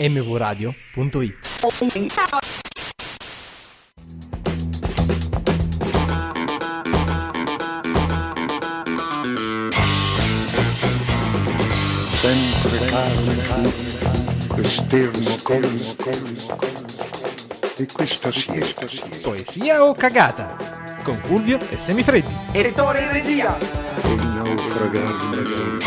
mvradio.it. Sempre calmo, quest'ermo colmo, e questa siesta. Poesia o cagata? Con Fulvio e Semifreddi. Ettore in regia. Il naufragare dolce.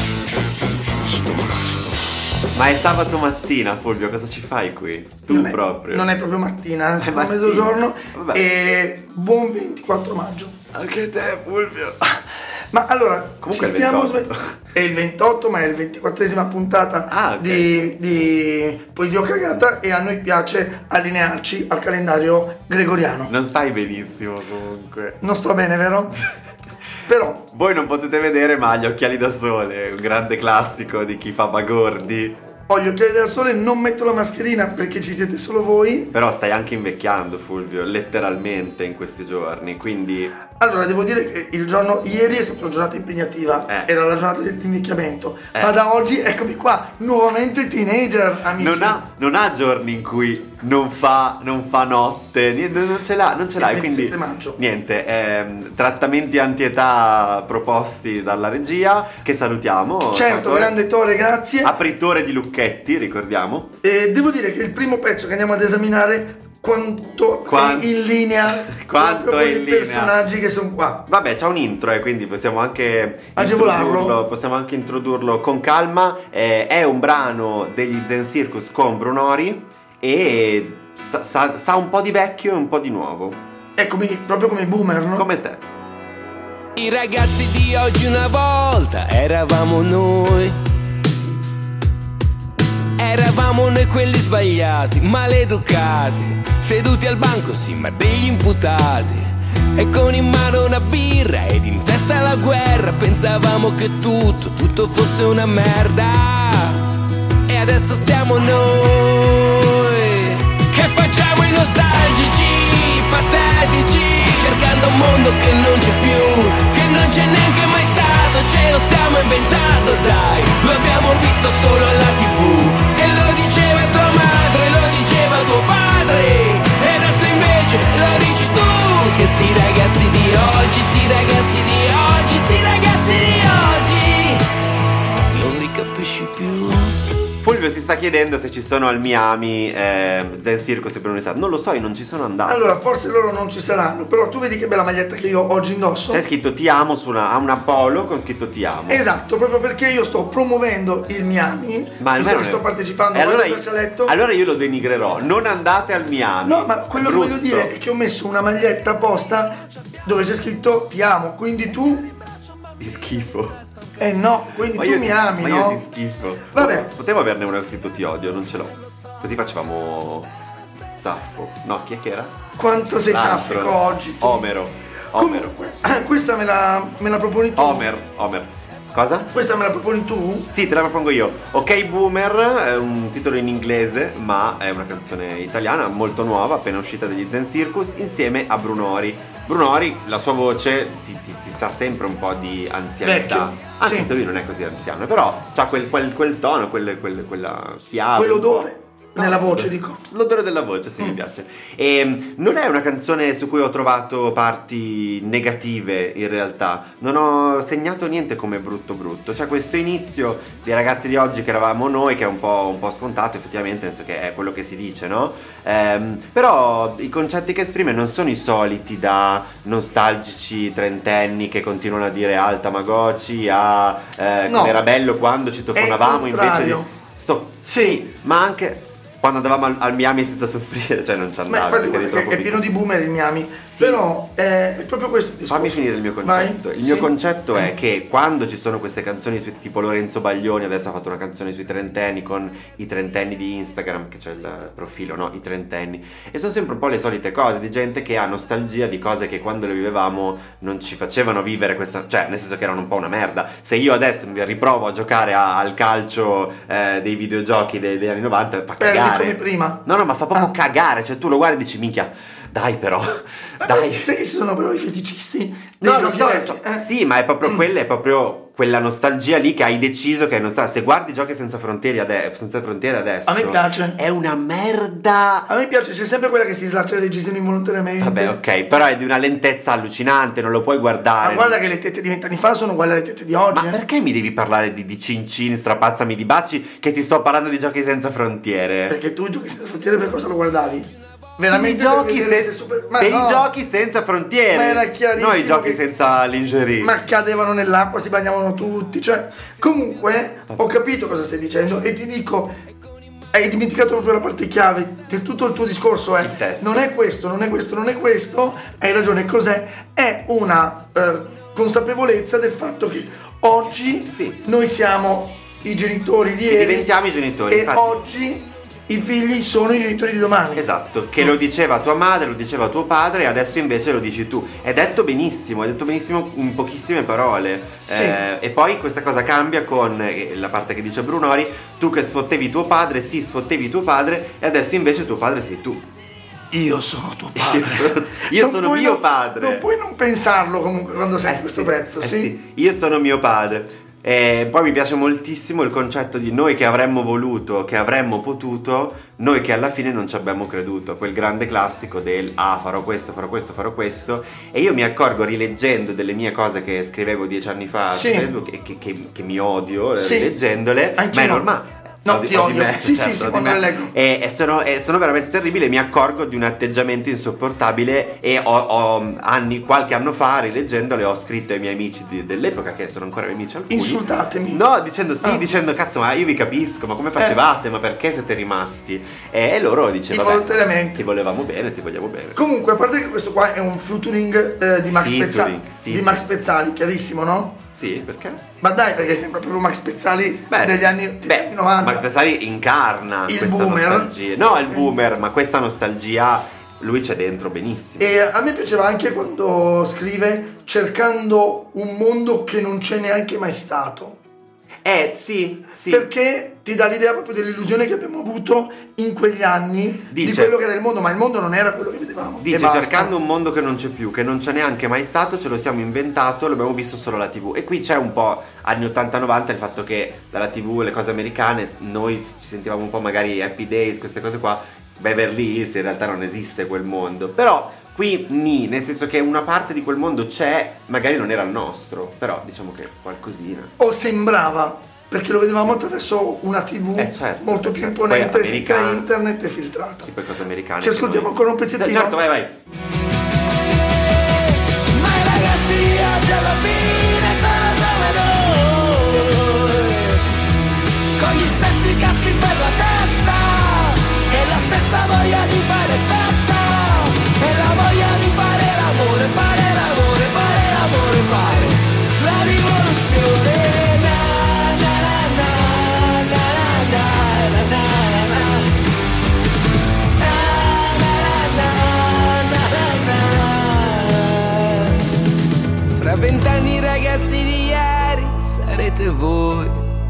Ma è sabato mattina, Fulvio, cosa ci fai qui? Tu Non è- proprio. Non è proprio mattina, siamo a mattina. mezzogiorno. Vabbè. E buon 24 maggio. Anche te, Fulvio. Ma allora, Comunque ci è il stiamo 28. È il 28, ma è il 24esima puntata Ah, ok. di Poesia o Cagata, e a noi piace allinearci al calendario gregoriano. Non stai benissimo, comunque. Non sto bene, vero? Però Voi non potete vedere, ma ha gli occhiali da sole, un grande classico di chi fa bagordi. ho gli occhiali da sole, non metto la mascherina perché ci siete solo voi. Però stai anche invecchiando, Fulvio, letteralmente in questi giorni, quindi... Allora, devo dire che ieri è stata una giornata impegnativa, era la giornata dell'invecchiamento, ma da oggi eccomi qua, nuovamente teenager, amici. Non ha giorni in cui non fa notte, non ce l'ha, e quindi 27 maggio. niente, trattamenti antietà proposti dalla regia, che salutiamo. Ciao, Certo, Tore. grande Tore, grazie. Apritore di Lucchetti, ricordiamo. E devo dire che il primo pezzo che andiamo ad esaminare quanto è in linea Quanto proprio è con in i linea. personaggi che sono qua. Vabbè, c'ha un intro e quindi possiamo anche Agevolarlo. introdurlo con calma. È un brano degli Zen Circus con Brunori e sa un po' di vecchio e un po' di nuovo, Eccomi, proprio come i boomer, no? come te. I ragazzi di oggi una volta eravamo noi. Eravamo noi quelli sbagliati, maleducati, seduti al banco, sì, ma degli imputati. E con in mano una birra ed in testa la guerra, pensavamo che tutto fosse una merda. E adesso siamo noi che facciamo i nostalgici, patetici, cercando un mondo che non c'è più, che non c'è neanche mai stato, ce lo siamo inventato, dai, lo abbiamo visto solo alla TV. E lo diceva tua madre, lo diceva tuo padre, e adesso invece lo dici tu. Che sti ragazzi di oggi, sti ragazzi di oggi, sti ragazzi di oggi non li capisci più. Fulvio si sta chiedendo se ci sono al Miami Zen Circus e Brunori. Non lo so, io non ci sono andato. Allora, forse loro non ci saranno, però tu vedi che bella maglietta che io oggi indosso? C'è scritto ti amo ha una polo con scritto ti amo. Esatto, proprio perché io sto promuovendo il Miami, Ma visto che sto partecipando allora, al braccialetto. allora io lo denigrerò. Non andate al Miami. No, ma quello che Brutto. voglio dire è che ho messo una maglietta apposta dove c'è scritto ti amo, quindi tu... Di schifo. No, quindi Ma tu io mi ti- ami, ma no? io ti schifo. Vabbè. Potevo averne una con scritto ti odio, non ce l'ho. Così facevamo Saffo. No, chi è che era? Quanto sei L'altro. saffico oggi tu. Omero. Comunque, questa me la proponi tu? Homer. Cosa? Questa me la proponi tu? Sì, te la propongo io. Ok Boomer è un titolo in inglese, ma è una canzone italiana molto nuova, appena uscita dagli Zen Circus, insieme a Brunori. Brunori, la sua voce ti sa sempre un po' di anzianità. Vecchio, Anche sì. se lui non è così anziano, però ha quel tono, quella chiave. Quell'odore nella voce, dico. L'odore della voce, sì, mi piace. E non è una canzone su cui ho trovato parti negative, in realtà. Non ho segnato niente come brutto. C'è questo inizio dei ragazzi di oggi che eravamo noi, che è un po' scontato, effettivamente, nel senso che è quello che si dice, no? Però i concetti che esprime non sono i soliti da nostalgici trentenni che continuano a dire al Tamagotchi, No. come era bello quando ci tofonavamo È il invece di... contrario. Sì, ma anche... Quando andavamo al Miami senza soffrire, cioè non ci Ma andavi infatti perché eri guarda che troppo è pieno piccolo. di boomer il Miami. Sì. Però è proprio questo il discorso. Fammi finire il mio concetto. Vai. Il mio Sì. concetto è che quando ci sono queste canzoni tipo Lorenzo Baglioni, adesso ha fatto una canzone sui trentenni con i trentenni di Instagram, che c'è il profilo, no? I trentenni. E sono sempre un po' le solite cose di gente che ha nostalgia di cose che quando le vivevamo non ci facevano vivere questa... Cioè, nel senso che erano un po' una merda. Se io adesso mi riprovo a giocare al calcio dei videogiochi degli anni 90, fa Perdi cagare. come prima. No, ma fa proprio cagare, cioè tu lo guardi e dici minchia, Dai però, dai. Sai che ci sono però i feticisti dei No, lo giochi so, vecchi, sì, ma è proprio quella, è proprio quella nostalgia lì che hai deciso che è nostalgia. Se guardi Giochi senza frontiere adesso, A me piace. È una merda. A me piace, c'è sempre quella che si slaccia le reggiseni involontariamente. Vabbè, ok, però è di una lentezza allucinante, non lo puoi guardare. Ma guarda che le tette di 20 anni fa sono uguali alle tette di oggi. Ma perché mi devi parlare di cin cin, strapazzami di baci, che ti sto parlando di Giochi senza frontiere? Perché tu Giochi senza frontiere per cosa lo guardavi? Veramente Per i giochi senza frontiere. Ma era chiarissimo. No, i giochi che... senza lingerie. Ma cadevano nell'acqua, si bagnavano tutti. Cioè, comunque, ho capito cosa stai dicendo e ti dico, hai dimenticato proprio la parte chiave di tutto il tuo discorso. Il testo. Non è questo, non è questo, non è questo. Hai ragione, cos'è? È una consapevolezza del fatto che oggi noi siamo i genitori di ieri. Diventiamo i genitori. E infatti. oggi i figli sono i genitori di domani. Esatto, che lo diceva tua madre, lo diceva tuo padre, e adesso invece lo dici tu. È detto benissimo in pochissime parole. Sì. E poi questa cosa cambia con la parte che dice Brunori: tu che sfottevi tuo padre, sfottevi tuo padre, e adesso invece tuo padre sei tu. Io sono tuo padre. Io sono mio padre. Non puoi non pensarlo comunque quando senti questo pezzo, sì. Io sono mio padre. E poi mi piace moltissimo il concetto di noi che avremmo voluto, che avremmo potuto, noi che alla fine non ci abbiamo creduto. Quel grande classico del farò questo, farò questo, farò questo. E io mi accorgo rileggendo delle mie cose che scrivevo 10 anni fa su Facebook e che mi odio rileggendole. Anch'io. Ma è normale. No, ti odio. Sì, quando le leggo. E sono veramente terribili. Mi accorgo di un atteggiamento insopportabile. E qualche anno fa, rileggendole, ho scritto ai miei amici dell'epoca, che sono ancora miei amici alcuni. Insultatemi. No, dicendo cazzo, ma io vi capisco, ma come facevate? Ma perché siete rimasti? E loro dicevano involontariamente. Ti volevamo bene, ti vogliamo bene. Comunque, a parte che questo qua è un featuring di Max Pezzali. Di Max Pezzali, chiarissimo, no? Sì, perché? Ma dai, perché sembra proprio Max Pezzali degli anni 90. Max Pezzali incarna il questa boomer. nostalgia. No, il boomer, ma questa nostalgia lui c'è dentro benissimo. E a me piaceva anche quando scrive cercando un mondo che non c'è neanche mai stato. Sì. Perché ti dà l'idea proprio dell'illusione che abbiamo avuto in quegli anni di quello che era il mondo, ma il mondo non era quello che vedevamo. Dice, cercando un mondo che non c'è più, che non c'è neanche mai stato, ce lo siamo inventato, lo abbiamo visto solo alla TV. E qui c'è un po' anni 80-90 il fatto che dalla TV, le cose americane, noi ci sentivamo un po' magari Happy Days, queste cose qua, Beverly Hills, in realtà non esiste quel mondo. Però qui nel senso che una parte di quel mondo c'è, magari non era il nostro, però diciamo che qualcosina. O sembrava, perché lo vedevamo attraverso una TV molto più imponente, senza internet e filtrata. Sì, poi cose americane. Ci ascoltiamo ancora un pezzettino? Certo, vai. Ma i ragazzi oggi alla fine sono come noi, con gli stessi cazzi per la testa e la stessa voglia di fare festa, e la voglia di fare l'amore, fare l'amore, fare l'amore, fare la rivoluzione. Fra 20 anni ragazzi di ieri sarete voi,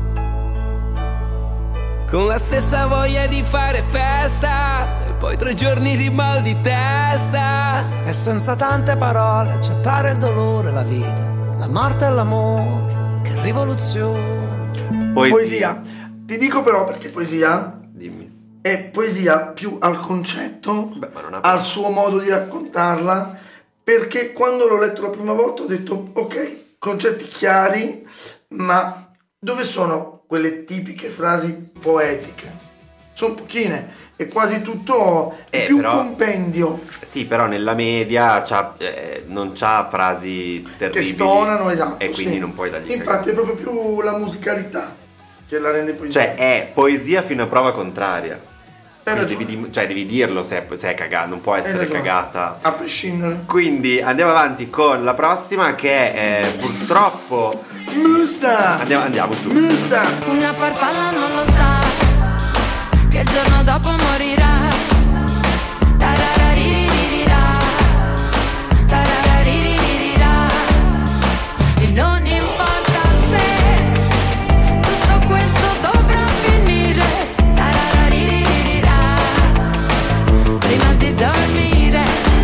con la stessa voglia di fare festa e poi 3 giorni di mal di testa, e senza tante parole accettare il dolore, la vita, la morte e l'amore. Che rivoluzione. Poesia. Ti dico però perché poesia. Dimmi. È poesia più al concetto, al suo modo di raccontarla, perché quando l'ho letto la prima volta ho detto ok, concetti chiari, ma dove sono quelle tipiche frasi poetiche? Sono pochine, è quasi tutto più un compendio. Sì, però nella media non c'ha frasi terribili che stonano, esatto. E quindi non puoi dargli Infatti è proprio più la musicalità che la rende poesia. Cioè è poesia fino a prova contraria. Devi dirlo se è cagata, non può essere cagata a prescindere. Quindi andiamo avanti con la prossima, che è purtroppo Musta. Andiamo su Musta. Una farfalla non lo sa che il giorno dopo morirà. E non importa se tutto questo dovrà finire. Prima di dormire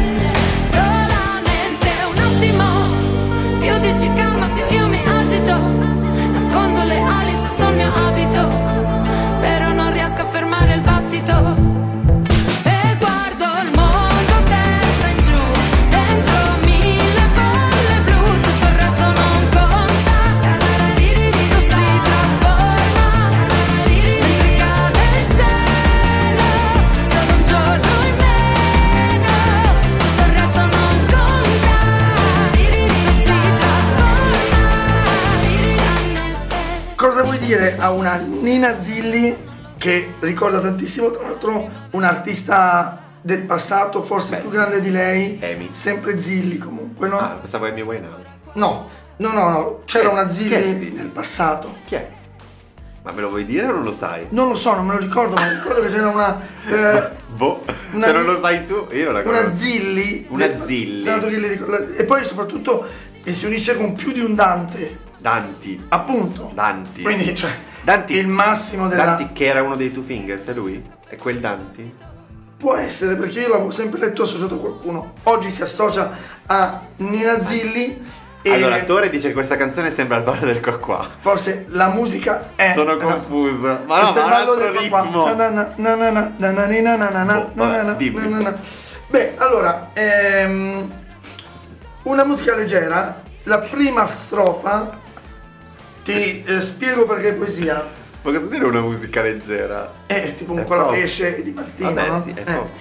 vuoi dire a una Nina Zilli, che ricorda tantissimo, tra l'altro, un artista del passato, forse più grande di lei, Amy. sempre Zilli comunque, no? Ah, pensavo Amy Winehouse. No, c'era una Zilli Chi è Zilli? nel passato. Chi è? Ma me lo vuoi dire o non lo sai? Non lo so, non me lo ricordo, ma ricordo che c'era una... Boh, una- se non lo sai tu, io non la conosco. una Zilli. Una Zilli. Stato che le ricordo- E poi soprattutto che si unisce con più di un Dante, Danti. appunto. Danti. Quindi, cioè, Danti. il massimo della... Danti che era uno dei Two Fingers, è lui? È quel Danti? Può essere, perché io l'avevo sempre letto associato a qualcuno. Oggi si associa a Nina Zilli e Allora, Tore dice che questa canzone sembra il ballo del qua. forse la musica è... Sono esatto. confuso. Ma no, Questo è ma il ballo un altro del qua. ritmo. Boh, vabbè, dimmi. Beh, allora, una musica leggera, la prima strofa, ti spiego perché è poesia. Ma cosa dire una musica leggera? È tipo un È Con la pop. pesce di Martino, Vabbè, no? sì, è pop.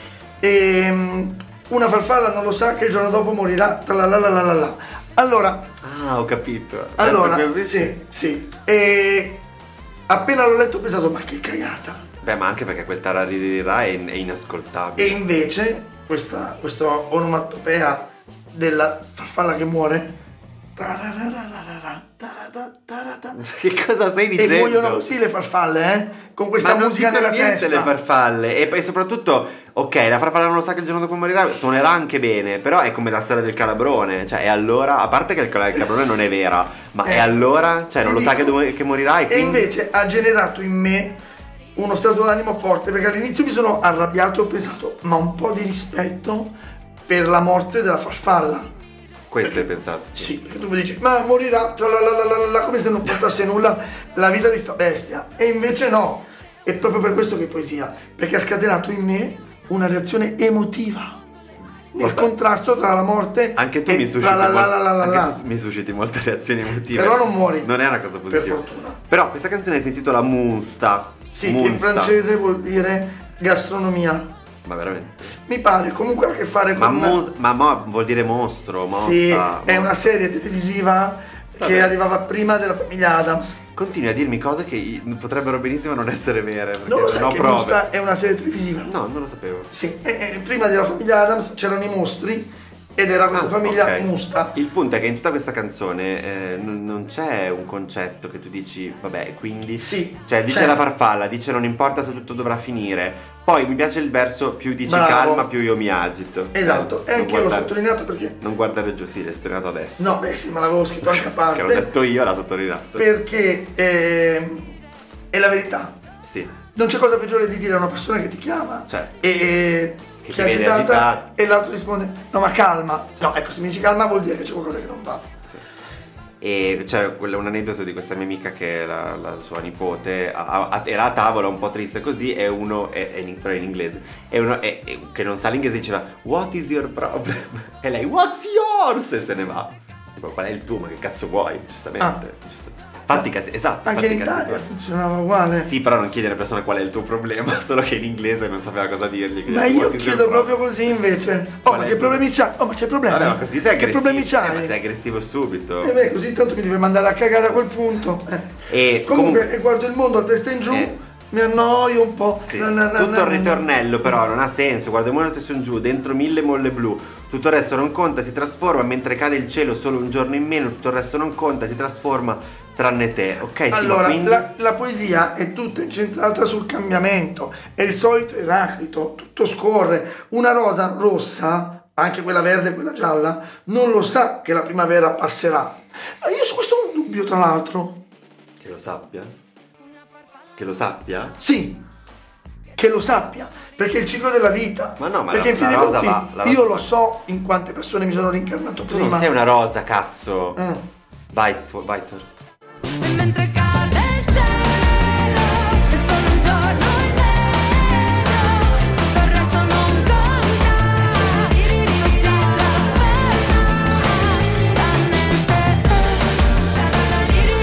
Una farfalla non lo sa che il giorno dopo morirà. Tralalalala. Allora, Ah, ho capito. allora, Detto così, sì. E appena l'ho letto ho pensato, ma che cagata. Beh, ma anche perché quel tarariririrà è inascoltabile. E invece questa onomatopea della farfalla che muore, tararararara, taratata, Che cosa stai dicendo? e muoiono così le farfalle, con questa Ma non musica dico nella niente testa. le farfalle. E poi soprattutto, ok, la farfalla non lo sa che il giorno dopo morirà, suonerà anche bene, però è come la storia del calabrone. Cioè, e allora, a parte che il calabrone non è vera, ma e allora? Cioè, non Ti lo sa dico- che morirà e E quindi... invece ha generato in me uno stato d'animo forte, perché all'inizio mi sono arrabbiato e ho pensato, ma un po' di rispetto per la morte della farfalla. Questo hai pensato? Sì, perché tu mi dici, ma morirà, tralalalala, come se non portasse nulla la vita di sta bestia. E invece no, è proprio per questo che è poesia, perché ha scatenato in me una reazione emotiva nel Vabbè. contrasto tra la morte Anche tu e mi susciti, tralalalala. anche tu mi susciti molte reazioni emotive. Però non muori. Non è una cosa positiva. Per fortuna. Però questa canzone si intitola Munsta. Sì, che in Munsta. francese vuol dire gastronomia. Ma veramente? Mi pare, comunque ha a che fare con... Ma vuol dire mostro, mostra. Sì, è mostra. una serie televisiva che Vabbè. arrivava prima della famiglia Adams. Continui a dirmi cose che potrebbero benissimo non essere vere. Perché Non lo sai ho che prove. Musta è una serie televisiva? No, non lo sapevo. Sì, prima della famiglia Adams c'erano i mostri ed era questa famiglia ok. Musta. Il punto è che in tutta questa canzone non c'è un concetto che tu dici, vabbè, quindi... Sì, Cioè, dice c'è. la farfalla, dice non importa se tutto dovrà finire. Poi mi piace il verso, più dici Bravo. calma, più io mi agito. Esatto, e Non anche io l'ho guardare- sottolineato perché... Non guardare giù, sì, l'hai sottolineato adesso. No, beh sì, ma l'avevo scritto anche a Che l'ho parte. detto io, l'ha sottolineato. Perché è la verità. Sì. Non c'è cosa peggiore di dire a una persona che ti chiama Certo. e Che che ti è vede agitato. e l'altro risponde no ma calma. No, ecco, se mi dici calma vuol dire che c'è qualcosa che non va. Sì. E c'è un aneddoto di questa mia amica che la sua nipote era a tavola un po' triste così e uno però in inglese e uno che non sa l'inglese diceva what is your problem? E lei what's yours? E se ne va. Tipo, qual è il tuo? Ma che cazzo vuoi? Giustamente. Giusto. Fatti cazzi, esatto. Anche fatti in i cazzi Italia tuoi. funzionava uguale. Sì, però non chiede alla persona qual è il tuo problema, solo che in inglese non sapeva cosa dirgli. quindi Ma what io is your chiedo problem? proprio così invece. Oh, Qual ma è che il tuo- problemi c'hai? Oh, ma c'è problemi? Vabbè, ma così sei Che aggressivo. problemi Ma c'hai? sei aggressivo subito. E beh, così tanto mi deve mandare a cagare a quel punto. E Comunque, guardo il mondo a testa in giù, mi annoio un po'. Sì. Tutto il ritornello però non ha senso. Guarda il mondo testo in giù, dentro 1000 molle blu. Tutto il resto non conta, si trasforma. Mentre cade il cielo solo un giorno in meno. Tutto il resto non conta, si trasforma tranne te. Ok, sì, Allora, ma quindi... la poesia è tutta incentrata sul cambiamento. È il solito Eraclito, tutto scorre. Una rosa rossa, anche quella verde e quella gialla, non lo sa che la primavera passerà. Ma io su questo ho un dubbio, tra l'altro. Che lo sappia? Che lo sappia? Sì, che lo sappia, perché è il ciclo della vita. Ma no, ma perché in la fin dei rosa conti va, la rosa io va. lo so in quante persone mi sono rincarnato Tu prima. non sei una rosa, cazzo. Mm. Vai, Tor. E mentre cade il cielo, è solo un giorno in meno, tutto il resto non conta, tutto si trasferma, tranne te, tranne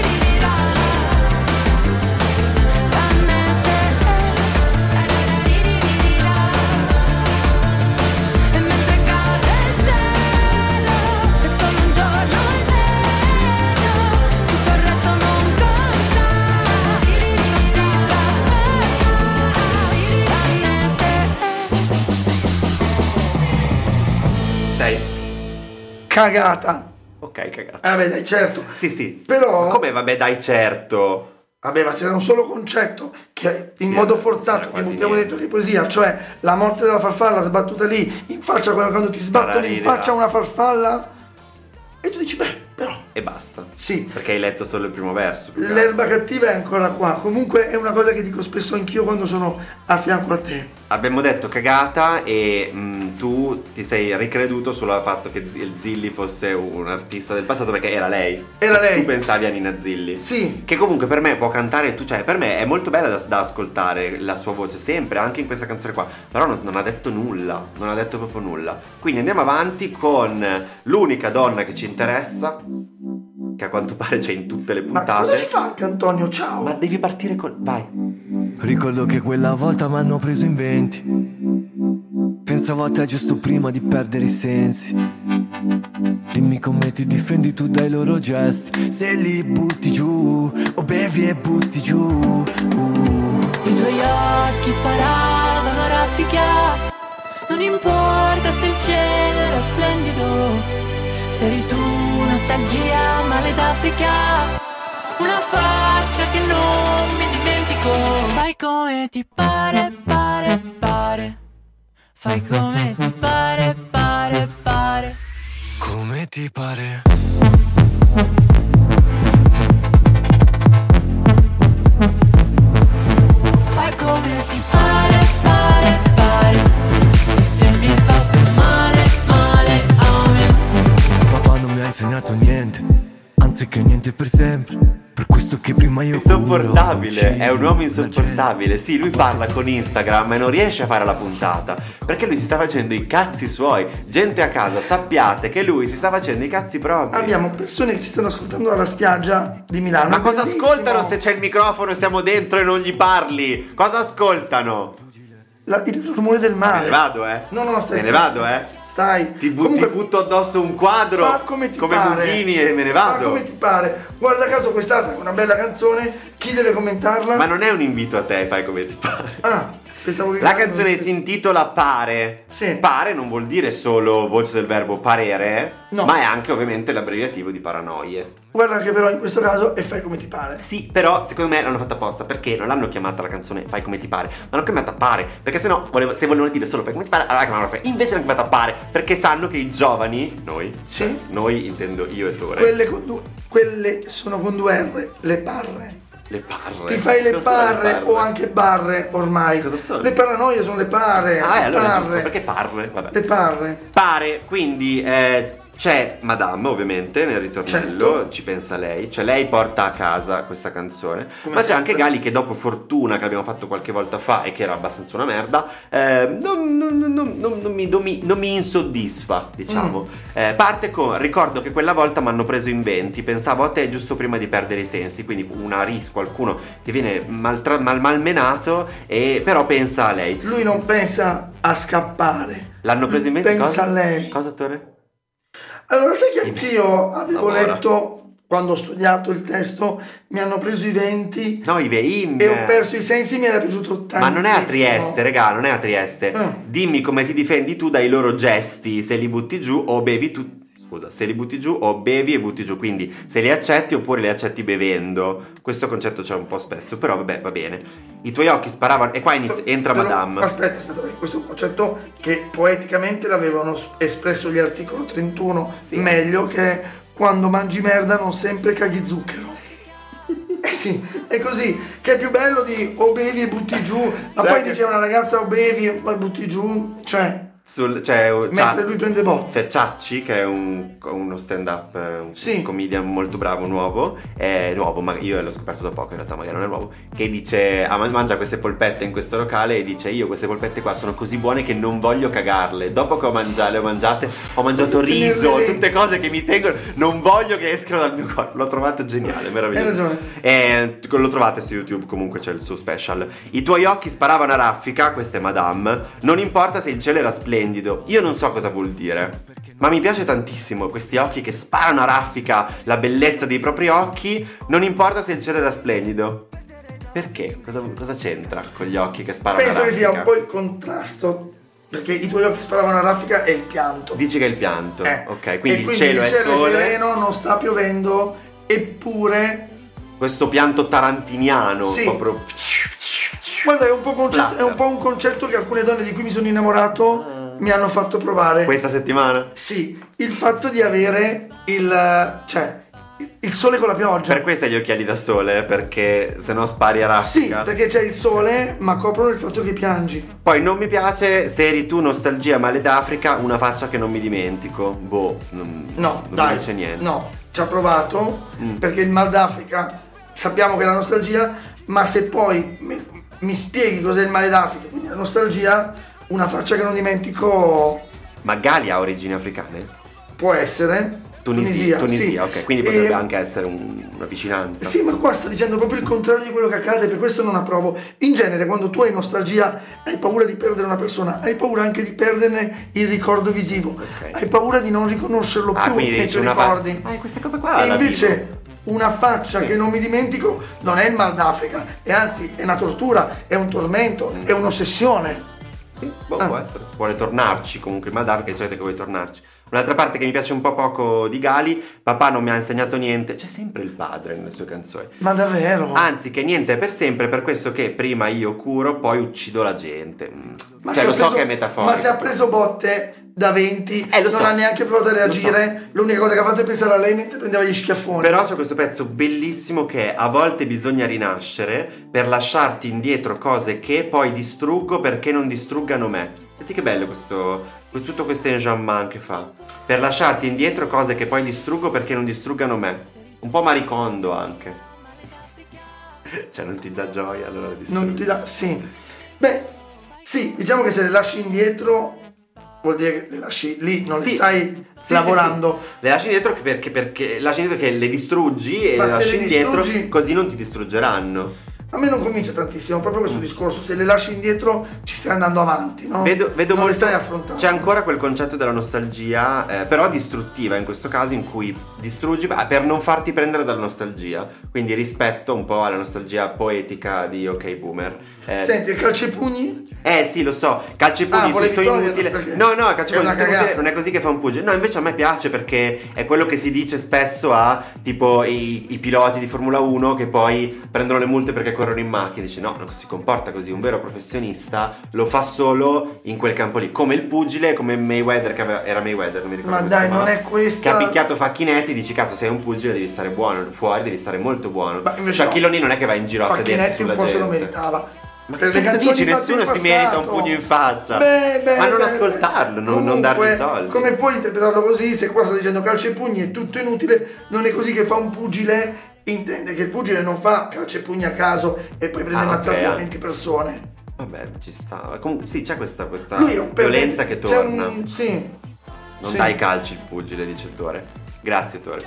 te. E mentre cade il cielo, è solo un giorno in meno, tutto il resto non conta. cagata. Ok, cagata. Vabbè, dai, certo. Sì. Però... Ma come, vabbè, dai, certo. Vabbè, ma c'era un solo concetto che in Sì, modo c'era forzato, che quasi abbiamo niente. detto che poesia, cioè la morte della farfalla sbattuta lì in faccia, quando ti sbattono in faccia una farfalla e tu dici, beh, però... E basta. Sì. Perché hai letto solo il primo verso. L'erba cattiva è ancora qua. Comunque è una cosa che dico spesso anch'io quando sono a fianco a te. Abbiamo detto cagata e tu ti sei ricreduto sul fatto che Zilli fosse un artista del passato perché era lei. Era lei. Tu pensavi a Nina Zilli. Sì. Che comunque per me può cantare, cioè per me è molto bella da ascoltare la sua voce sempre, anche in questa canzone qua. Però non ha detto nulla, non ha detto proprio nulla. Quindi andiamo avanti con l'unica donna che ci interessa, che a quanto pare c'è in tutte le Ma puntate. cosa ci fa anche Antonio? Ciao. Ma devi partire con... Vai. Ricordo che quella volta m'hanno preso in 20. Pensavo a te giusto prima di perdere i sensi. Dimmi come ti difendi tu dai loro gesti. Se li butti giù o bevi e butti giù. I tuoi occhi sparavano a raffica. Non importa se il cielo era splendido. Se eri tu nostalgia, male d'Africa. Una faccia che non mi dimentico. Fai come ti pare, pare, pare. Fai come ti pare, pare, pare. Come ti pare. Fai come ti pare, pare, pare. E se mi hai fatto male, male a me. Papà non mi ha insegnato niente, anzi che niente per sempre. Per questo che prima io Insopportabile, è un uomo insopportabile. Sì, lui parla con Instagram e non riesce a fare la puntata perché lui si sta facendo i cazzi suoi. Gente a casa, sappiate che lui si sta facendo i cazzi propri. Abbiamo persone che ci stanno ascoltando dalla spiaggia di Milano. Ma cosa Bellissimo. ascoltano se c'è il microfono e siamo dentro e non gli parli? Cosa ascoltano? Il rumore del mare. Me ne vado, No, stai. Me ne vado, Stai. Ti Comunque, butto addosso un quadro fa come ti come pare. Buchini e me ne Fa vado. come ti pare. Guarda caso quest'altra è una bella canzone. Chi deve commentarla? Ma non è un invito a te, fai come ti pare. Ah, pensavo che... La canzone si intitola Pare. Sì. Pare non vuol dire solo voce del verbo parere, No. ma è anche ovviamente l'abbreviativo di paranoie. Guarda che però in questo caso è fai come ti pare. Sì, però secondo me l'hanno fatta apposta perché non l'hanno chiamata la canzone Fai come ti pare, ma l'hanno chiamata Pare, perché sennò se volevano dire solo Fai come ti pare, allora chiamavano Fai. Invece l'hanno chiamata Pare, perché sanno che i giovani, Sì. noi intendo io e Tore. Quelle sono con 2 R, le barre. Le parre. Ti fai le Cosa sono parre o anche barre ormai. Cosa sono? Le paranoie sono le parre. Ah, allora è parre. giusto, perché parre? Vabbè. Le parre. Pare, quindi c'è Madame ovviamente nel ritornello, Certo. ci pensa lei, cioè lei porta a casa questa canzone, Come ma c'è sempre. anche Gali che dopo Fortuna che abbiamo fatto qualche volta fa e che era abbastanza una merda, non mi insoddisfa, diciamo. Parte con ricordo che quella volta mi hanno preso in 20, pensavo a te giusto prima di perdere i sensi, quindi qualcuno che viene malmenato e però pensa a lei. Lui non pensa a scappare. L'hanno preso in 20 Pensa cosa? a lei. Cosa, Tore? Allora, sai che anch'io avevo Allora. letto, quando ho studiato il testo, mi hanno preso i 20 No, i vein. e ho perso i sensi, mi era piaciuto tantissimo. Ma non è a Trieste, regà, non è a Trieste. Dimmi come ti difendi tu dai loro gesti, se li butti giù o bevi tu. Scusa, se li butti giù o bevi e butti giù, quindi se li accetti oppure li accetti bevendo. Questo concetto c'è un po' spesso, però vabbè, va bene. I tuoi occhi sparavano e qua entra Madame. Aspetta, perché questo è un concetto che poeticamente l'avevano espresso gli articolo 31 Sì. meglio, che quando mangi merda non sempre caghi zucchero. Eh sì, è così, che è più bello di o bevi e butti giù, ma Sai poi che- dice una ragazza o bevi e poi butti giù, cioè, Mentre lui prende botte. C'è Ciacci che è uno stand up, Sì. un comedian molto bravo, nuovo, ma io l'ho scoperto da poco in realtà, magari non è nuovo, che dice mangia queste polpette in questo locale e dice io queste polpette qua sono così buone che non voglio cagarle, dopo che le ho mangiate ho mangiato riso, tutte cose che mi tengono, non voglio che escano dal mio corpo. L'ho trovato geniale, meraviglioso. Hai ragione. Lo trovate su YouTube, comunque c'è il suo special. I tuoi occhi sparavano a raffica, questa è Madame, non importa se il cielo era splendido. Io non so cosa vuol dire, ma mi piace tantissimo questi occhi che sparano a raffica, la bellezza dei propri occhi, non importa se il cielo era splendido. Perché? Cosa c'entra con gli occhi che sparano a Penso raffica? che sia un po' il contrasto perché i tuoi occhi sparavano a raffica è il pianto. Dici che è il pianto, ok, quindi e il cielo è sole. sereno, non sta piovendo, eppure questo pianto tarantiniano, sì. proprio. Guarda, è un po' un concetto che alcune donne di cui mi sono innamorato mi hanno fatto provare. Questa settimana? Sì, il fatto di avere il sole con la pioggia. Per questo hai gli occhiali da sole, perché se no spari a raffica. Sì, perché c'è il sole, ma coprono il fatto che piangi. Poi non mi piace, se eri tu nostalgia male d'Africa, una faccia che non mi dimentico. Non mi dice niente. No, ci ha provato, perché il mal d'Africa sappiamo che è la nostalgia, ma se poi mi spieghi cos'è il male d'Africa, quindi la nostalgia, una faccia che non dimentico. Ma Gali ha origini africane? Può essere. Tunisia, sì. Ok, quindi potrebbe anche essere una vicinanza. Sì, ma qua sta dicendo proprio il contrario di quello che accade, per questo non approvo. In genere, quando tu hai nostalgia, hai paura di perdere una persona, hai paura anche di perderne il ricordo visivo, hai paura di non riconoscerlo più nei tuoi ricordi. Questa cosa qua. E invece una faccia che non mi dimentico non è il mal d'Africa, e anzi è una tortura, è un tormento, è un'ossessione. Sì, può essere. Vuole tornarci comunque, il mal d'Africa è di solito che vuole tornarci. Un'altra parte che mi piace un po' poco di Gali: papà non mi ha insegnato niente. C'è sempre il padre nelle sue canzoni. Ma davvero? Anzi, che niente è per sempre, per questo che prima io curo, poi uccido la gente. Ma so che è metaforico. Ma se ha preso botte da 20, non ha neanche provato a reagire, l'unica cosa che ha fatto è pensare a lei mentre prendeva gli schiaffoni. Però c'è questo pezzo bellissimo che è: a volte bisogna rinascere per lasciarti indietro cose che poi distruggo perché non distruggano me. Senti che bello tutto questo enjambment che fa. Per lasciarti indietro cose che poi distruggo perché non distruggano me. Un po' Maricondo anche. Cioè non ti dà gioia, allora le distruggi. Non ti dà, sì. Beh, sì, diciamo che se le lasci indietro vuol dire che le lasci lì, non le stai lavorando. Sì. Le lasci indietro perché lasci indietro che le distruggi e le lasci indietro così non ti distruggeranno. A me non convince tantissimo proprio questo discorso. Se le lasci indietro ci stai andando avanti, no? Vedo non molto, le stai affrontando. C'è ancora quel concetto della nostalgia, però distruttiva in questo caso, in cui distruggi per non farti prendere dalla nostalgia. Quindi rispetto un po' alla nostalgia poetica di OK Boomer. Senti, il calcio ai pugni? Sì, lo so, calcio ai pugni tutto inutile. No, calcio ai pugni tutto inutile, non è così che fa un pugile. No, invece a me piace, perché è quello che si dice spesso a tipo i piloti di Formula 1 che poi prendono le multe perché corrono in macchina. Dice no, non si comporta così, un vero professionista lo fa solo in quel campo lì, come il pugile, come Mayweather, era Mayweather, non mi ricordo. Ma dai, non è questa. Che ha picchiato Facchinetti, dici cazzo, sei un pugile, devi stare buono, fuori devi stare molto buono. Shaquille O'Neal non è che va in giro a sedersi sulla gente. Facchinetti un po' se lo meritava. Ma per le canzoni dici, nessuno si merita un pugno in faccia. Ma non ascoltarlo, non dargli soldi. Come puoi interpretarlo così se qua sta dicendo calcio e pugni è tutto inutile? Non è così che fa un pugile. Intende che il pugile non fa calcio e pugni a caso e poi prende mazzate da 20 persone. Vabbè, ci sta. Sì, c'è questa violenza che torna. Sì. Non dai calci il pugile, dice Tore. Grazie, Tore.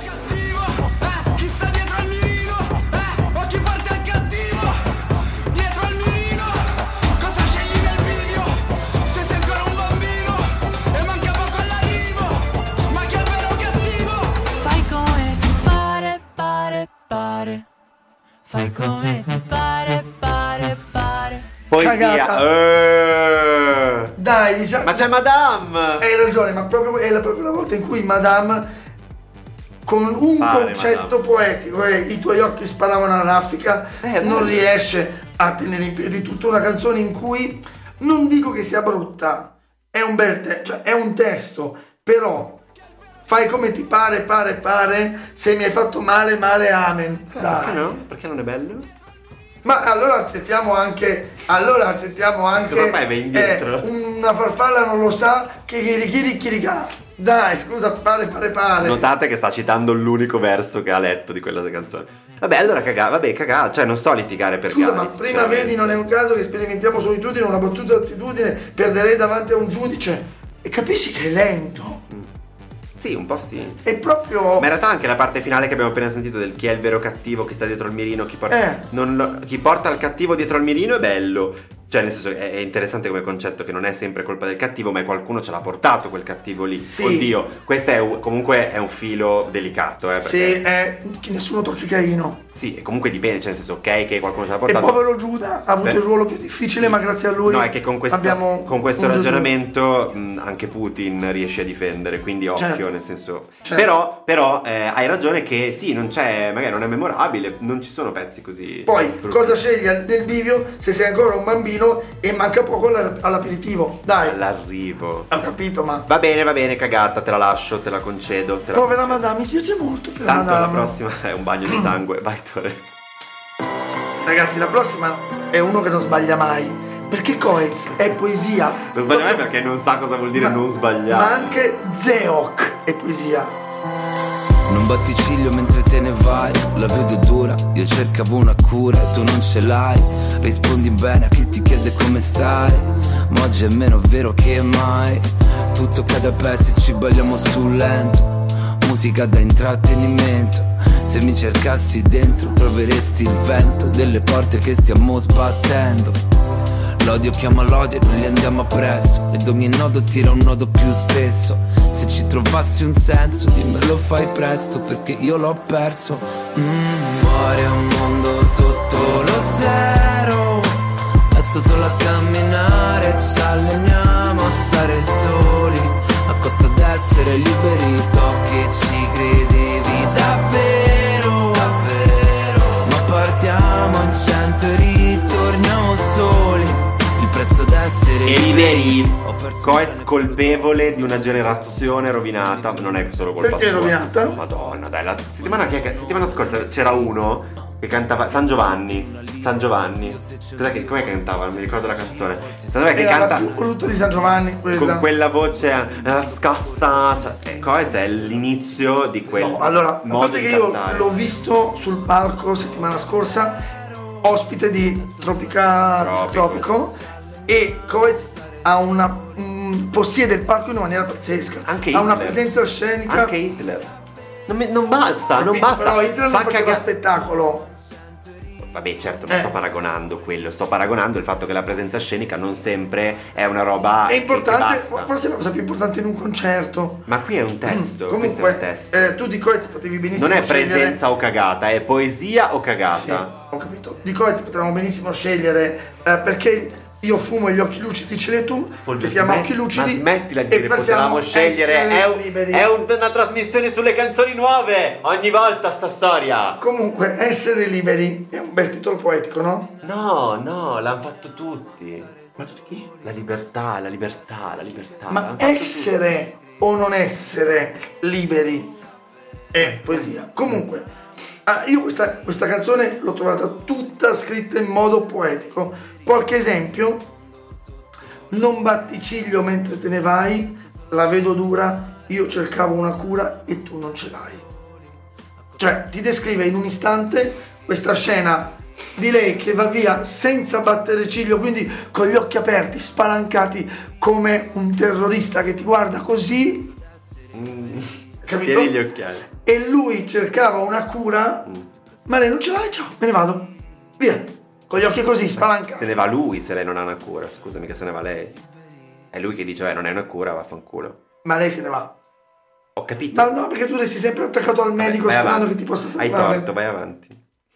Chi sta dietro al mirino? O chi parte al cattivo? Dietro al mirino? Cosa scegli nel video? Se sei ancora un bambino e manca poco all'arrivo, ma chi è il vero cattivo? Fai come ti pare. Fai come ti pare. Poesia. Dai, diciamo. Ma c'è Madame. Hai ragione, ma è proprio la volta in cui Madame, con un concetto poetico, i tuoi occhi sparavano a raffica, non riesce a tenere in piedi tutta una canzone in cui non dico che sia brutta, è un bel testo, cioè è un testo, però fai come ti pare, se mi hai fatto male, amen. Dai. Perché no? Perché non è bello? Ma allora accettiamo anche cosa fai, vai indietro? Una farfalla non lo sa che chirichirichirica. Dai, scusa, pare. Notate che sta citando l'unico verso che ha letto di quella canzone. Vabbè, allora cagà, cioè non sto a litigare per Scusa, ma prima vedi, non è un caso che sperimentiamo solitudine, una battuta d'attitudine, perderei davanti a un giudice. E capisci che è lento. Sì, un po' sì. È proprio. Ma in realtà anche la parte finale che abbiamo appena sentito del chi è il vero cattivo, chi sta dietro al mirino, chi porta il cattivo dietro al mirino è bello. Cioè, nel senso, è interessante come concetto, che non è sempre colpa del cattivo, ma qualcuno ce l'ha portato quel cattivo lì. Sì. Oddio, questo comunque è un filo delicato, perché... Sì, che nessuno tocchi Caino. Sì, e comunque dipende, cioè nel senso, ok, che qualcuno ce l'ha E portato. povero Giuda ha avuto il ruolo più difficile, Sì. ma grazie a lui No, è che con questo un ragionamento anche Putin riesce a difendere, quindi occhio, Certo. nel senso. Certo. Però hai ragione che sì, non c'è, magari non è memorabile, non ci sono pezzi così. Poi, brutti. cosa scegli nel bivio se sei ancora un bambino e manca poco all'aperitivo? Dai, All'arrivo. ho capito, ma... Va bene, cagata, te la lascio, te la concedo. Te la Povera concedo. madame, mi spiace molto per Tanto madame. la prossima è un bagno di sangue, vai Tore. Ragazzi, la prossima è uno che non sbaglia mai. Perché Coez è poesia. Non sbaglia mai perché non sa cosa vuol dire non sbagliare. Ma anche Zeok è poesia. Non batti ciglio mentre te ne vai, la vedo dura, io cercavo una cura e tu non ce l'hai. Rispondi bene a chi ti chiede come stai, ma oggi è meno vero che mai. Tutto cade a pezzi, ci balliamo sul lento, musica da intrattenimento. Se mi cercassi dentro troveresti il vento delle porte che stiamo sbattendo. L'odio chiama l'odio e noi gli andiamo appresso, ed ogni nodo tira un nodo più spesso. Se ci trovassi un senso dimmelo fai presto, perché io l'ho perso. Fuori è un mondo sotto lo zero, esco solo a camminare, ci alleniamo a stare soli, a costo d'essere liberi. So che ci credevi davvero, ma partiamo in 100 e ritorniamo soli. Il prezzo d'essere E liberi. Ho perso Coez colpevole di una generazione rovinata. Non è solo colpa Perché sua. rovinata? Madonna, dai, la settimana scorsa c'era uno che cantava San Giovanni. Cos'è com'è che cantava? Non mi ricordo la canzone. Sapete che Era canta la più voluta di San Giovanni, quella. con quella voce scossa. Cioè, Coez è l'inizio di quel No, allora, a modo parte di che io cantare. l'ho visto sul palco settimana scorsa, ospite di Tropico, e Coez ha possiede il palco in una maniera pazzesca. Anche ha una Hitler. presenza scenica. Anche Hitler. Non basta, non Capito? basta. Però Hitler non Fa faceva cagare. spettacolo. Vabbè, certo, non sto paragonando quello, sto paragonando il fatto che la presenza scenica non sempre è una roba È importante, che basta. forse è la cosa più importante in un concerto. Ma qui è un testo, questo è un Comunque, testo. tu di Coez potevi benissimo Non è scegliere. presenza o cagata, è poesia o Sì, cagata. ho capito. Di Coez potevamo benissimo scegliere perché io fumo e gli occhi lucidi ce l'hai tu, Fulvio, che si chiama smetti- Occhi lucidi. Ma smettila di e dire facciamo potevamo scegliere, essere liberi. è una trasmissione sulle canzoni nuove, ogni volta sta storia. Comunque, essere liberi è un bel titolo poetico, no? No, l'hanno fatto tutti. Ma tutti chi? La libertà. Ma l'hanno fatto essere o non essere liberi è poesia. Comunque, io questa canzone l'ho trovata tutta scritta in modo poetico. Qualche esempio: non batti ciglio mentre te ne vai, la vedo dura, io cercavo una cura e tu non ce l'hai. Cioè, ti descrive in un istante questa scena di lei che va via senza battere ciglio, quindi con gli occhi aperti, spalancati, come un terrorista che ti guarda così, capito? Tieni gli occhiali. E lui cercava una cura, ma lei non ce l'ha, ciao, me ne vado, via, con gli occhi così, spalancati. Se ne va lui se lei non ha una cura, scusami, che se ne va lei. È lui che dice, non è una cura, vaffanculo. Ma lei se ne va. Ho capito. Ma no, perché tu resti sempre attaccato al medico Vai sperando avanti. che ti possa Hai salvare. torto, vai avanti.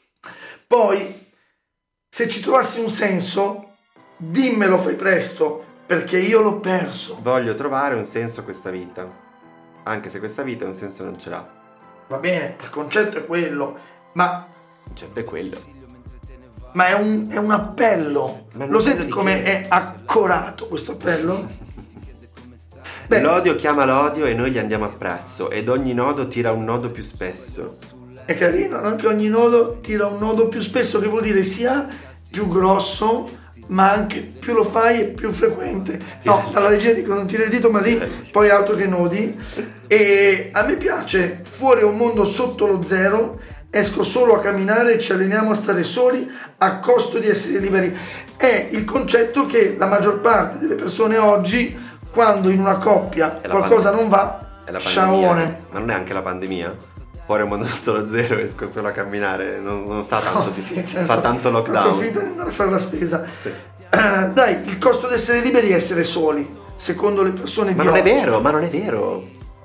Poi, se ci trovassi un senso, dimmelo, fai presto, perché io l'ho perso. Voglio trovare un senso a questa vita, anche se questa vita un senso non ce l'ha. Va bene, il concetto è quello, ma Certo è quello. è un appello. Ma un Lo appello senti di come chi? è accorato questo appello? Beh, L'odio chiama l'odio e noi gli andiamo appresso, ed ogni nodo tira un nodo più spesso. è carino, no? Che ogni nodo tira un nodo più spesso, che vuol dire sia più grosso, ma anche più lo fai è più frequente. No, alla regia dico non tira il dito, ma lì poi altro che nodi. E a me piace, fuori è un mondo sotto lo zero, esco solo a camminare e ci alleniamo a stare soli a costo di essere liberi. È il concetto che la maggior parte delle persone oggi, quando in una coppia È la qualcosa pandemia. non va, È la pandemia. sciaone. Ma non è anche la pandemia? Fuori un mondo sotto lo zero, esco solo a camminare, non sa tanto Oh, di sì, certo. fa tanto lockdown. Faccio finta di andare a fare la spesa. Sì. Dai, il costo di essere liberi è essere soli, secondo le persone Ma di non è oggi. vero, ma non è vero.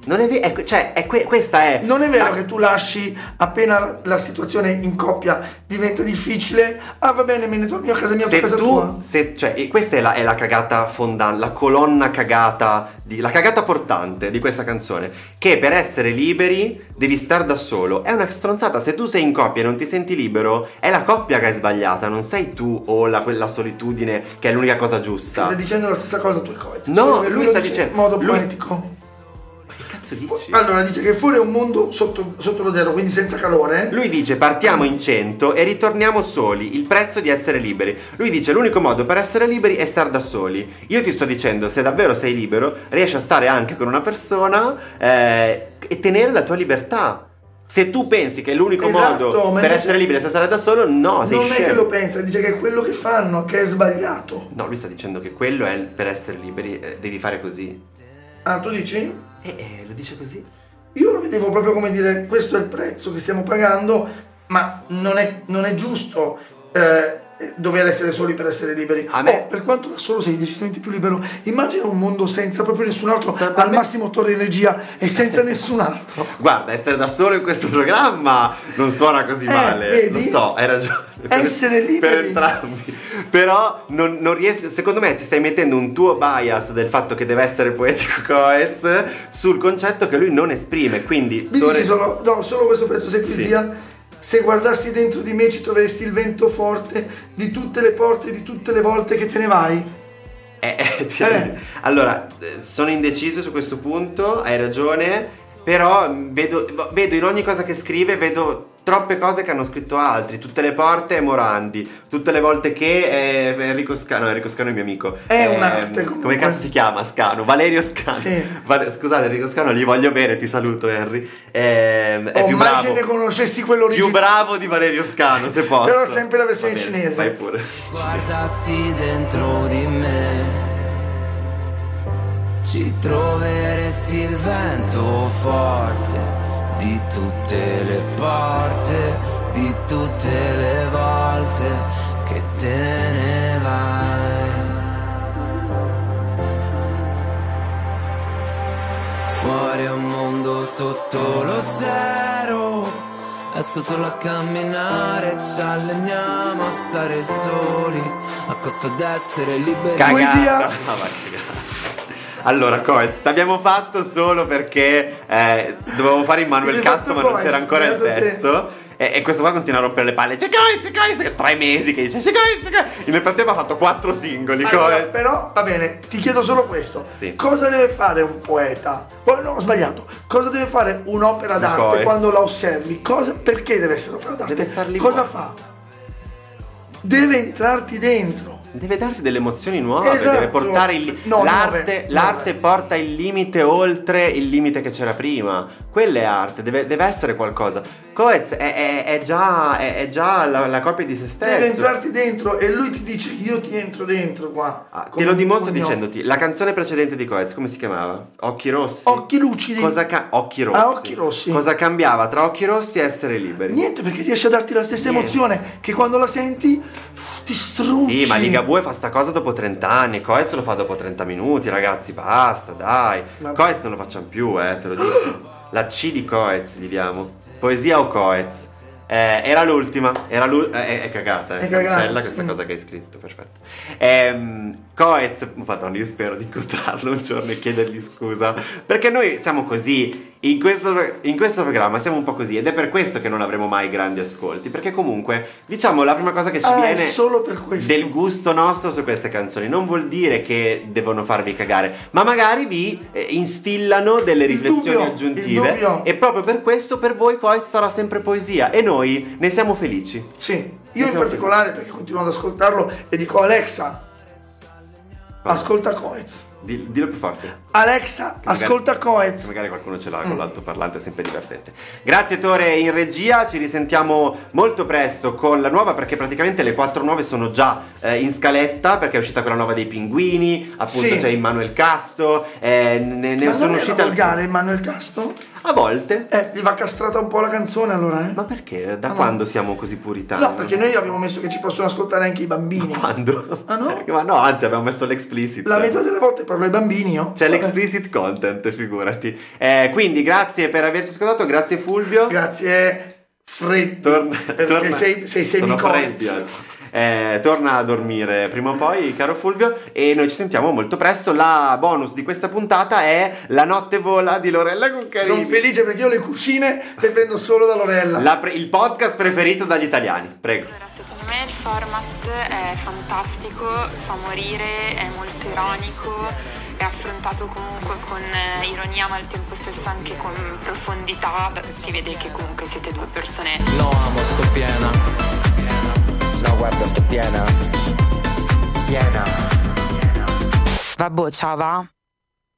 Non è vero, questa è. Non è vero che tu lasci appena la situazione in coppia diventa difficile. Ah, va bene, me ne torno io a casa mia o a casa tua. Questa è la cagata fondante, la colonna cagata, la cagata portante di questa canzone. Che per essere liberi devi star da solo. È una stronzata. Se tu sei in coppia e non ti senti libero, è la coppia che è sbagliata, non sei tu o quella solitudine che è l'unica cosa giusta. Stai dicendo la stessa cosa tu e Coez. No, lui sta dicendo in modo poetico. Dici? Allora dice che fuori è un mondo sotto lo zero, quindi senza calore. Lui dice partiamo in 100 e ritorniamo soli, il prezzo di essere liberi. Lui dice l'unico modo per essere liberi è star da soli. Io ti sto dicendo, se davvero sei libero, riesci a stare anche con una persona e tenere la tua libertà. Se tu pensi che l'unico modo per essere liberi è stare da solo, no, sei non scemo. È che lo pensa, dice che è quello che fanno, che è sbagliato. No, lui sta dicendo che quello è per essere liberi, devi fare così. Ah, tu dici? Lo dice così. Io lo vedevo proprio come dire, questo è il prezzo che stiamo pagando, ma non è giusto dover essere soli per essere liberi. Per quanto da solo sei decisamente più libero. Immagina un mondo senza proprio nessun altro, al massimo torre in regia e senza nessun altro. Guarda, essere da solo in questo programma non suona così male. Vedi? Lo so, hai ragione. Essere liberi per entrambi. Però non riesco. Secondo me ti stai mettendo un tuo bias del fatto che deve essere poetico Coez sul concetto che lui non esprime. Quindi mi dici solo questo pezzo sei poesia. Se guardassi dentro di me ci troveresti il vento forte di tutte le porte, di tutte le volte che te ne vai. Allora, sono indeciso su questo punto, hai ragione, però vedo in ogni cosa che scrive, vedo troppe cose che hanno scritto altri. Tutte le porte è Morandi, tutte le volte che Enrico Scano è mio amico. È un'arte comunque. Come cazzo si chiama Scano? Valerio Scano. Sì. Scusate Enrico Scano, gli voglio bene, ti saluto Henry. È più mai bravo. che ne conoscessi quello originale. Più bravo di Valerio Scano, se posso. Però sempre la versione cinese. Vai pure. Guardassi dentro di me, ci troveresti il vento forte di tutte le porte, di tutte le volte che te ne vai. Fuori è un mondo sotto lo zero, esco solo a camminare, ci alleniamo a stare soli, a costo d'essere liberi. Poesia. Allora Coez, t'abbiamo fatto solo perché dovevo fare Immanuel Castro ma non c'era ancora il testo. E questo qua continua a rompere le palle. C'è Coez, che 3 mesi che dice c'è Coez. Nel frattempo ha fatto 4 singoli. Allora, però va bene, ti chiedo solo questo. Sì. Cosa deve fare un poeta? Oh, no, ho sbagliato. Cosa deve fare un'opera d'arte quando la osservi? Perché deve essere opera d'arte? Deve star lì. Cosa fa? Deve entrarti dentro. Deve darti delle emozioni nuove, esatto. Deve portare l'arte porta il limite oltre il limite che c'era prima. Quella è arte, deve essere qualcosa. Coez è già la copia di se stesso. Deve entrarti dentro e lui ti dice io ti entro dentro qua. Te lo dimostro dicendoti la canzone precedente di Coez, come si chiamava? Occhi rossi? Occhi lucidi. Occhi rossi. Occhi rossi. Cosa cambiava tra occhi rossi e essere liberi? Niente, perché riesce a darti la stessa emozione che quando la senti ti struggi. Sì, ma Ligabue fa sta cosa dopo 30 anni, Coez lo fa dopo 30 minuti, ragazzi, basta, dai. Coez non lo facciamo più, te lo dico. La C di Coez gli diamo. Poesia o Coez? Era l'ultima, è cagata, cancella questa cosa che hai scritto, perfetto. Coez, madonna, io spero di incontrarlo un giorno e chiedergli scusa, perché noi siamo così, in questo programma siamo un po' così, ed è per questo che non avremo mai grandi ascolti, perché comunque, diciamo, la prima cosa che ci viene solo per questo. Del gusto nostro su queste canzoni, non vuol dire che devono farvi cagare, ma magari vi instillano delle riflessioni aggiuntive, e proprio per questo per voi Coez sarà sempre poesia, e noi ne siamo felici. Sì, io in particolare perché continuo ad ascoltarlo e dico Alexa, ascolta Coez. Dillo più forte. Alexa, ascolta Coez. Magari qualcuno ce l'ha con l'altoparlante, è sempre divertente. Grazie Tore in regia, ci risentiamo molto presto con la nuova, perché praticamente le 4 nuove sono già in scaletta, perché è uscita quella nuova dei Pinguini, appunto c'è Immanuel Casto, ne ma sono non uscite volgare Immanuel Casto? A volte. Gli va castrata un po' la canzone allora, Ma perché? Da quando siamo così puritani? No, perché noi abbiamo messo che ci possono ascoltare anche i bambini. Quando? Ah no? Ma no, anzi abbiamo messo l'explicit. La metà delle volte parlo ai bambini io. C'è l'explicit content, figurati. Quindi grazie per averci ascoltato, grazie Fulvio. Grazie Freddi, perché sei sono freddi oggi. Torna a dormire prima o poi, caro Fulvio, e noi ci sentiamo molto presto. La bonus di questa puntata è La notte vola di Lorella Cuccarini. Sono felice perché io le cucine le prendo solo da Lorella. Il podcast preferito dagli italiani, prego. Allora, secondo me il format è fantastico, fa morire, è molto ironico, è affrontato comunque con ironia ma al tempo stesso anche con profondità. Si vede che comunque siete due persone. No, amo, sto piena. No, guarda, sto piena. Vabbè, ciao, va?